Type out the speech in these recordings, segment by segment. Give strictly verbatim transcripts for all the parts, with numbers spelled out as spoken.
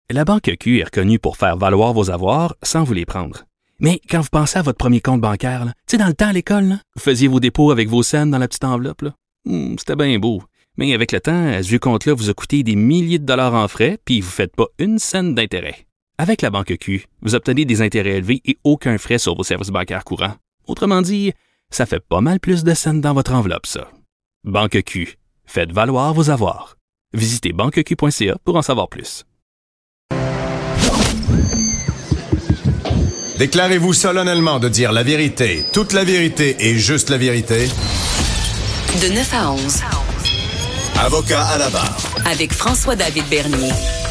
La Banque Q est reconnue pour faire valoir vos avoirs sans vous les prendre. Mais quand vous pensez à votre premier compte bancaire, tu sais, dans le temps à l'école, là, vous faisiez vos dépôts avec vos scènes dans la petite enveloppe. Là. Hum, c'était bien beau. Mais avec le temps, ce vieux compte-là vous a coûté des milliers de dollars en frais, puis vous ne faites pas une scène d'intérêt. Avec la Banque Q, vous obtenez des intérêts élevés et aucun frais sur vos services bancaires courants. Autrement dit, ça fait pas mal plus de scènes dans votre enveloppe, ça. Banque Q. Faites valoir vos avoirs. Visitez banque q point c a pour en savoir plus. Déclarez-vous solennellement de dire la vérité, toute la vérité et juste la vérité. De neuf à onze. Avocat à la barre. Avec François-David Bernier.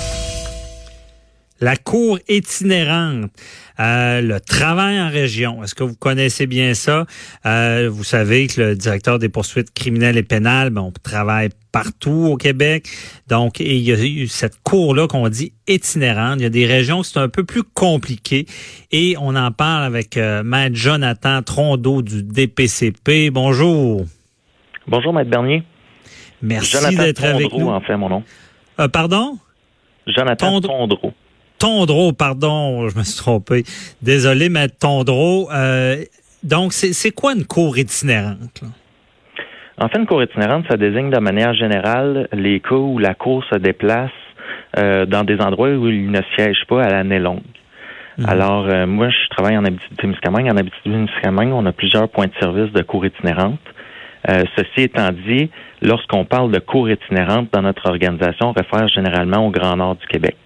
La cour itinérante, euh, le travail en région. Est-ce que vous connaissez bien ça? Euh, vous savez que le directeur des poursuites criminelles et pénales, ben, on travaille partout au Québec. Donc, et il y a eu cette cour-là qu'on dit itinérante. Il y a des régions où c'est un peu plus compliqué. Et on en parle avec euh, Maître Jonathan Trondeau du D P C P. Bonjour. Bonjour, Maître Bernier. Merci Jonathan d'être Tondreau, avec nous. en fait, mon nom. Euh, pardon? Jonathan Tondreau. Tondreau. Tondreau, pardon, je me suis trompé. Désolé, Maître Tondreau. Euh, donc, c'est, c'est quoi une cour itinérante, là? En fait, une cour itinérante, ça désigne de manière générale les cas où la cour se déplace euh, dans des endroits où il ne siège pas à l'année longue. Mmh. Alors, euh, moi, je travaille en Abitibi-Témiscamingue. En Abitibi-Témiscamingue, on a plusieurs points de service de cour itinérante. Euh, ceci étant dit, lorsqu'on parle de cour itinérante dans notre organisation, on réfère généralement au Grand Nord du Québec.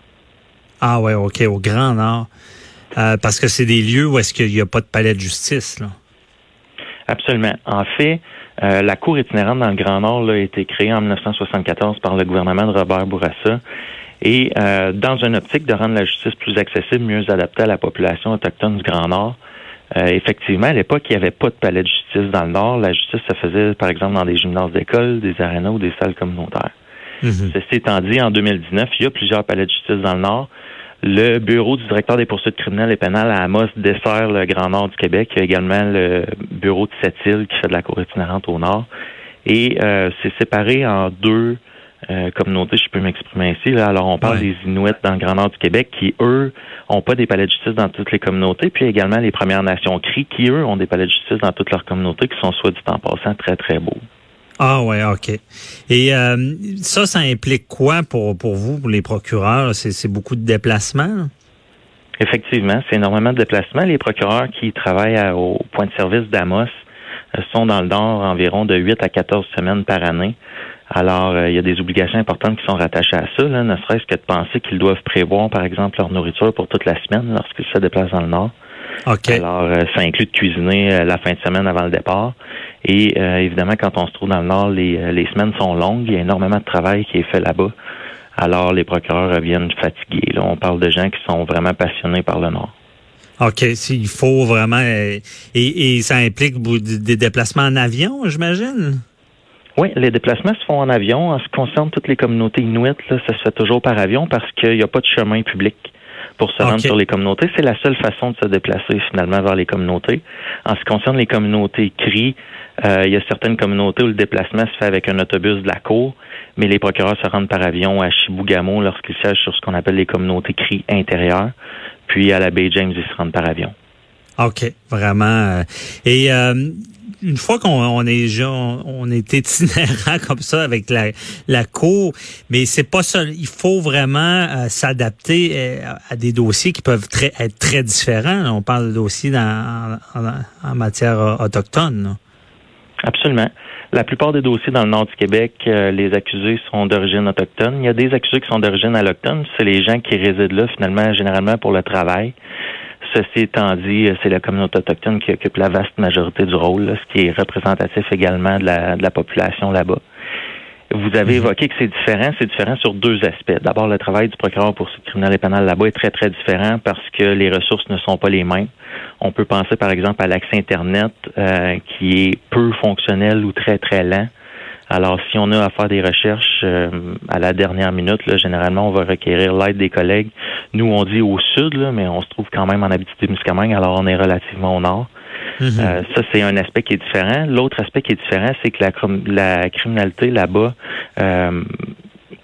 Ah ouais, OK, au Grand Nord. Euh, parce que c'est des lieux où est-ce qu'il n'y a pas de palais de justice, là. Absolument. En fait, euh, la cour itinérante dans le Grand Nord là, a été créée en dix-neuf cent soixante-quatorze par le gouvernement de Robert Bourassa et euh, dans une optique de rendre la justice plus accessible, mieux adaptée à la population autochtone du Grand Nord. Euh, effectivement, à l'époque, il n'y avait pas de palais de justice dans le Nord. La justice se faisait, par exemple, dans des gymnases d'école, des arénas ou des salles communautaires. Mm-hmm. Ceci étant dit, en deux mille dix-neuf, il y a plusieurs palais de justice dans le Nord. Le bureau du directeur des poursuites criminelles et pénales à Amos dessert le Grand Nord du Québec. Il y a également le bureau de Sept-Îles qui fait de la cour itinérante au Nord. Et euh, c'est séparé en deux euh, communautés, je peux m'exprimer ainsi. Là. Alors, on parle ouais. des Inuits dans le Grand Nord du Québec qui, eux, ont pas des palais de justice dans toutes les communautés. Puis également les Premières Nations Cris qui, eux, ont des palais de justice dans toutes leurs communautés qui sont, soit dit en passant, très, très beaux. Ah ouais, OK. Et euh, ça, ça implique quoi pour pour vous, pour les procureurs? C'est, c'est beaucoup de déplacements? Effectivement, c'est énormément de déplacements. Les procureurs qui travaillent à, au point de service d'Amos euh, sont dans le Nord environ de huit à quatorze semaines par année. Alors, euh, il y a des obligations importantes qui sont rattachées à ça, là, ne serait-ce que de penser qu'ils doivent prévoir, par exemple, leur nourriture pour toute la semaine lorsqu'ils se déplacent dans le Nord. Okay. Alors, euh, ça inclut de cuisiner euh, la fin de semaine avant le départ. Et euh, évidemment, quand on se trouve dans le Nord, les, euh, les semaines sont longues. Il y a énormément de travail qui est fait là-bas. Alors, les procureurs reviennent fatigués. Là, on parle de gens qui sont vraiment passionnés par le Nord. OK. Il faut vraiment... Euh, et, et ça implique des déplacements en avion, j'imagine? Oui, les déplacements se font en avion. En ce qui concerne toutes les communautés inuites, là, ça se fait toujours par avion parce qu'il n'y a pas de chemin public pour se rendre okay. sur les communautés. C'est la seule façon de se déplacer finalement vers les communautés. En ce qui concerne les communautés Cris, euh, il y a certaines communautés où le déplacement se fait avec un autobus de la cour, mais les procureurs se rendent par avion à Chibougamau lorsqu'ils siègent sur ce qu'on appelle les communautés Cris intérieures. Puis à la baie James, ils se rendent par avion. OK, vraiment. Et euh, une fois qu'on on est on est itinérant comme ça avec la la cour, mais c'est pas ça. Il faut vraiment euh, s'adapter euh, à des dossiers qui peuvent très, être très différents. On parle de dossiers dans, en, en matière autochtone. Là. Absolument. La plupart des dossiers dans le nord du Québec, euh, les accusés sont d'origine autochtone. Il y a des accusés qui sont d'origine allochtone. C'est les gens qui résident là, finalement, généralement pour le travail. Ceci étant dit, c'est la communauté autochtone qui occupe la vaste majorité du rôle, là, ce qui est représentatif également de la, de la population là-bas. Vous avez évoqué que c'est différent. C'est différent sur deux aspects. D'abord, le travail du procureur poursuite criminelle et pénale là-bas est très, très différent parce que les ressources ne sont pas les mêmes. On peut penser, par exemple, à l'accès Internet euh, qui est peu fonctionnel ou très, très lent. Alors, si on a à faire des recherches euh, à la dernière minute, là, généralement, on va requérir l'aide des collègues. Nous, on dit au sud, là, mais on se trouve quand même en Abitibi-Témiscamingue, alors on est relativement au nord. Mm-hmm. Euh, ça, c'est un aspect qui est différent. L'autre aspect qui est différent, c'est que la, la criminalité là-bas, euh,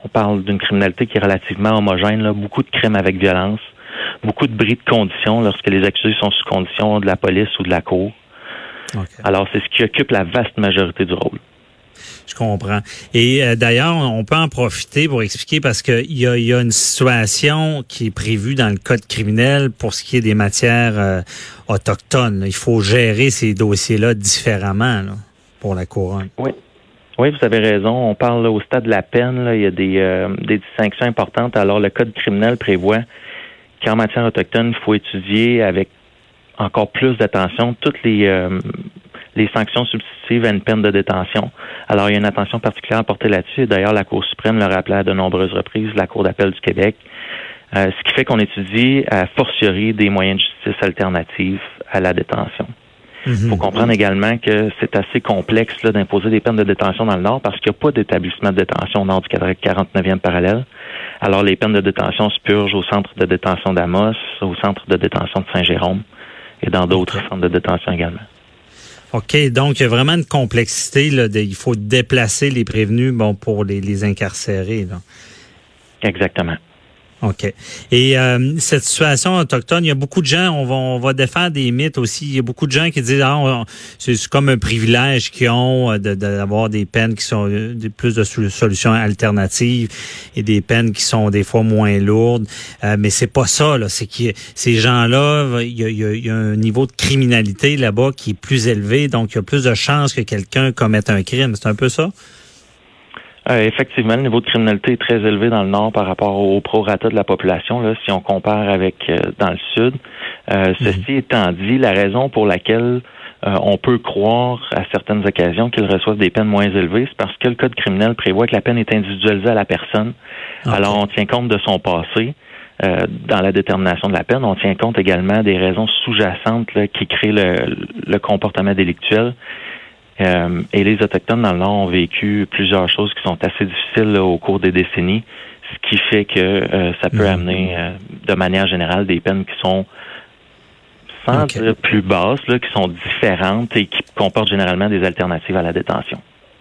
On parle d'une criminalité qui est relativement homogène, là, beaucoup de crimes avec violence, beaucoup de bris de conditions lorsque les accusés sont sous condition de la police ou de la cour. Okay. Alors, c'est ce qui occupe la vaste majorité du rôle. Je comprends. Et euh, d'ailleurs, on peut en profiter pour expliquer parce qu'il y a, y a une situation qui est prévue dans le code criminel pour ce qui est des matières euh, autochtones. Il faut gérer ces dossiers-là différemment là, pour la couronne. Oui. Oui, vous avez raison. On parle là, au stade de la peine, là, il y a des, euh, des distinctions importantes. Alors, le code criminel prévoit qu'en matière autochtone, il faut étudier avec encore plus d'attention toutes les, euh, les sanctions substitutives à une peine de détention. Alors, il y a une attention particulière à porter là-dessus. D'ailleurs, la Cour suprême le rappelait à de nombreuses reprises, la Cour d'appel du Québec, euh, ce qui fait qu'on étudie à fortiori des moyens de justice alternatifs à la détention. Il faut comprendre également que c'est assez complexe là, d'imposer des peines de détention dans le Nord parce qu'il n'y a pas d'établissement de détention au nord du quarante-neuvième parallèle. Alors, les peines de détention se purgent au centre de détention d'Amos, au centre de détention de Saint-Jérôme et dans d'autres okay. centres de détention également. OK. Donc, il y a vraiment une complexité. Là, de, il faut déplacer les prévenus bon, pour les, les incarcérer. Là. Exactement. OK. Et euh, cette situation autochtone, il y a beaucoup de gens, on va, on va défaire des mythes aussi. Il y a beaucoup de gens qui disent ah, on, c'est, c'est comme un privilège qu'ils ont de, de, d'avoir des peines qui sont de, plus de solutions alternatives et des peines qui sont des fois moins lourdes. Euh, mais c'est pas ça, là. C'est que ces gens-là, il y, a, il, y a, il y a un niveau de criminalité là-bas qui est plus élevé, donc il y a plus de chances que quelqu'un commette un crime. C'est un peu ça? Euh, effectivement, le niveau de criminalité est très élevé dans le Nord par rapport au prorata de la population, là, si on compare avec euh, dans le Sud. Euh, mmh. Ceci étant dit, la raison pour laquelle euh, on peut croire à certaines occasions qu'ils reçoivent des peines moins élevées, c'est parce que le code criminel prévoit que la peine est individualisée à la personne. Okay. Alors, on tient compte de son passé. Euh, dans la détermination de la peine, on tient compte également des raisons sous-jacentes là, qui créent le, le comportement délictuel. Euh, et les Autochtones dans le Nord ont vécu plusieurs choses qui sont assez difficiles là, au cours des décennies, ce qui fait que euh, ça peut mmh. amener euh, de manière générale des peines qui sont sans okay. dire plus basses, là, qui sont différentes et qui comportent généralement des alternatives à la détention.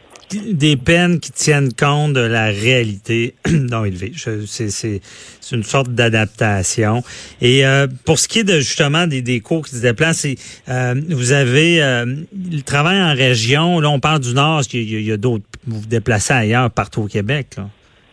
Des peines qui tiennent compte de la réalité non élevée. Je, c'est, c'est, c'est une sorte d'adaptation. Et euh, pour ce qui est de justement des, des cours qui se déplacent, c'est, euh, vous avez euh, le travail en région. Là, on parle du Nord. Est-ce qu'il y a, il y a d'autres? Vous vous déplacez ailleurs, partout au Québec, là?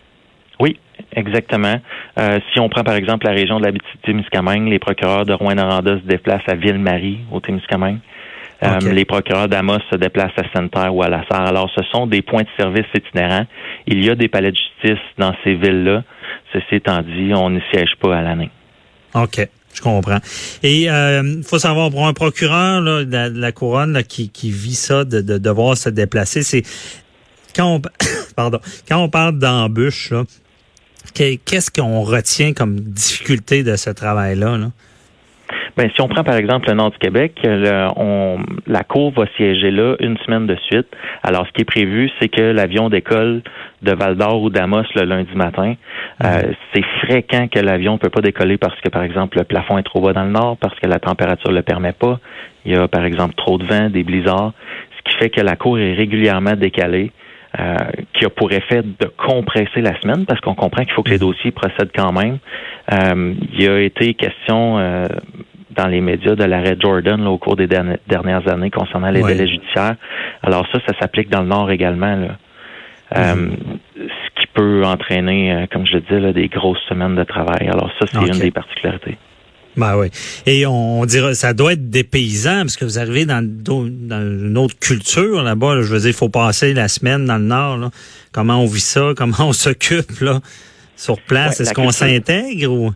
Oui, exactement. Euh, si on prend par exemple la région de l'Abitibi-Témiscamingue, les procureurs de Rouyn-Noranda se déplacent à Ville-Marie, au Témiscamingue. Okay. Euh, les procureurs d'Amos se déplacent à Sainte-Terre ou à La Sarre. Alors, ce sont des points de service itinérants. Il y a des palais de justice dans ces villes-là. Ceci étant dit, on n'y siège pas à l'année. OK. Je comprends. Et il euh, faut savoir, pour un procureur là, de, la, de la Couronne là, qui, qui vit ça, de, de devoir se déplacer, c'est quand on, pardon, quand on parle d'embûches, là, qu'est-ce qu'on retient comme difficulté de ce travail-là, là? Ben, si on prend par exemple le nord du Québec, le, on, la Cour va siéger là une semaine de suite. Alors, ce qui est prévu, c'est que l'avion décolle de Val-d'Or ou d'Amos le lundi matin. Mmh. Euh, c'est fréquent que l'avion ne peut pas décoller parce que, par exemple, le plafond est trop bas dans le nord, parce que la température ne le permet pas. Il y a, par exemple, trop de vent, des blizzards, ce qui fait que la Cour est régulièrement décalée. Euh, qui a pour effet de compresser la semaine, parce qu'on comprend qu'il faut que les dossiers procèdent quand même. Euh, il y a été question euh, dans les médias de l'arrêt Jordan là, au cours des dernières, dernières années concernant les ouais. délais judiciaires. Alors ça, ça s'applique dans le Nord également. Là. Euh, mm-hmm. Ce qui peut entraîner, euh, comme je le dis, là, des grosses semaines de travail. Alors ça, c'est okay. une des particularités. Ben oui. Et on dirait, ça doit être dépaysant parce que vous arrivez dans, dans une autre culture là-bas. Là. Je veux dire, il faut passer la semaine dans le Nord. Là. Comment on vit ça? Comment on s'occupe là sur place? Ouais, Est-ce qu'on culture, s'intègre ou?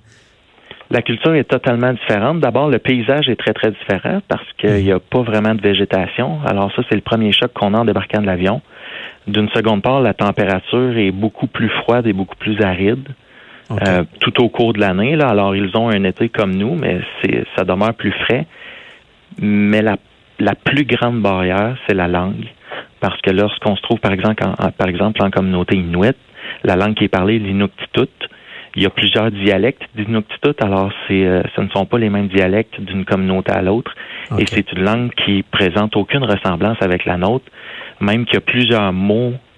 La culture est totalement différente. D'abord, le paysage est très, très différent parce qu'il n'y a pas vraiment de végétation. Alors ça, c'est le premier choc qu'on a en débarquant de l'avion. D'une seconde part, la température est beaucoup plus froide et beaucoup plus aride. Okay. Euh, tout au cours de l'année. Là. Alors, ils ont un été comme nous, mais c'est, ça demeure plus frais. Mais la, la plus grande barrière, c'est la langue. Parce que lorsqu'on se trouve, par exemple, en, par exemple, en communauté inuit, la langue qui est parlée est l'inuktitut. Il y a plusieurs dialectes d'inuktitut, alors c'est, euh, ce ne sont pas les mêmes dialectes d'une communauté à l'autre. Okay. Et c'est une langue qui présente aucune ressemblance avec la nôtre, même qu'il y a plusieurs mots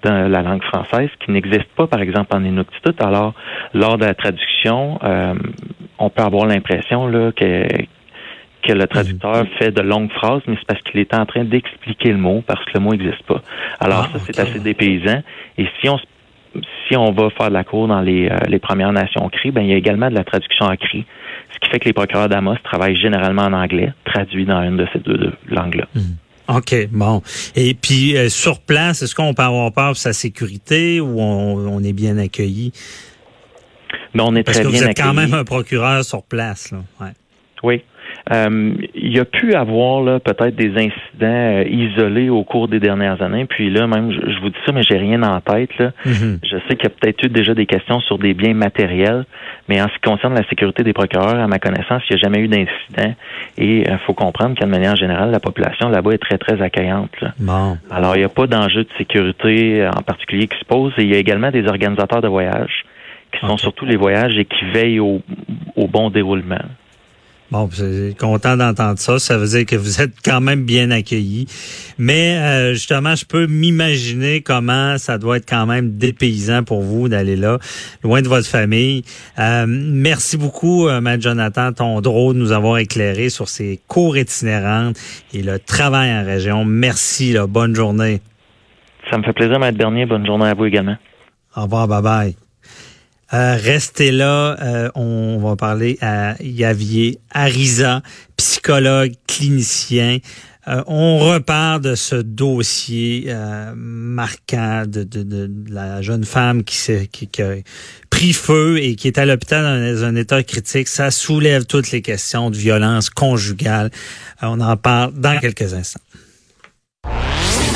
dans la langue française qui n'existe pas, par exemple, en Inuktitut. Alors, lors de la traduction, euh, on peut avoir l'impression là que que le traducteur mmh. fait de longues phrases, mais c'est parce qu'il est en train d'expliquer le mot, parce que le mot n'existe pas. Alors ah, ça, c'est okay. assez dépaysant. Et si on si on va faire de la cour dans les, euh, les Premières Nations Cri, ben il y a également de la traduction en cri, ce qui fait que les procureurs d'Amos travaillent généralement en anglais, traduit dans une de ces deux, deux langues-là. Mmh. OK, bon. Et puis, euh, sur place, est-ce qu'on peut avoir peur de sa sécurité ou on, on est bien accueilli? Ben, on est Parce très que bien vous êtes accueillis. quand même un procureur sur place, là. Ouais. Oui. Euh, il y a pu avoir là peut-être des incidents euh, isolés au cours des dernières années. Puis là, même, je, je vous dis ça, mais j'ai rien en tête. Là. Mm-hmm. Je sais qu'il y a peut-être eu déjà des questions sur des biens matériels, mais en ce qui concerne la sécurité des procureurs, à ma connaissance, il n'y a jamais eu d'incident. Et il euh, faut comprendre qu'en manière générale, la population là-bas est très, très accueillante. Là. Bon. Alors, il n'y a pas d'enjeu de sécurité en particulier qui se pose. Et il y a également des organisateurs de voyages qui okay. sont sur tous les voyages et qui veillent au, au bon déroulement. Bon, je suis content d'entendre ça. Ça veut dire que vous êtes quand même bien accueillis. Mais euh, justement, je peux m'imaginer comment ça doit être quand même dépaysant pour vous d'aller là, loin de votre famille. Euh, merci beaucoup, euh, Maître Jonathan Tondreau, de nous avoir éclairé sur ces cours itinérantes et le travail en région. Merci, là. Bonne journée. Ça me fait plaisir, Maître Bernier. Bonne journée à vous également. Au revoir, bye-bye. Euh, restez là, euh, on va parler à Javier Ariza, psychologue, clinicien. Euh, on repart de ce dossier euh, marquant de, de, de, de la jeune femme qui, s'est, qui, qui a pris feu et qui est à l'hôpital dans un état critique. Ça soulève toutes les questions de violence conjugale. Euh, on en parle dans quelques instants.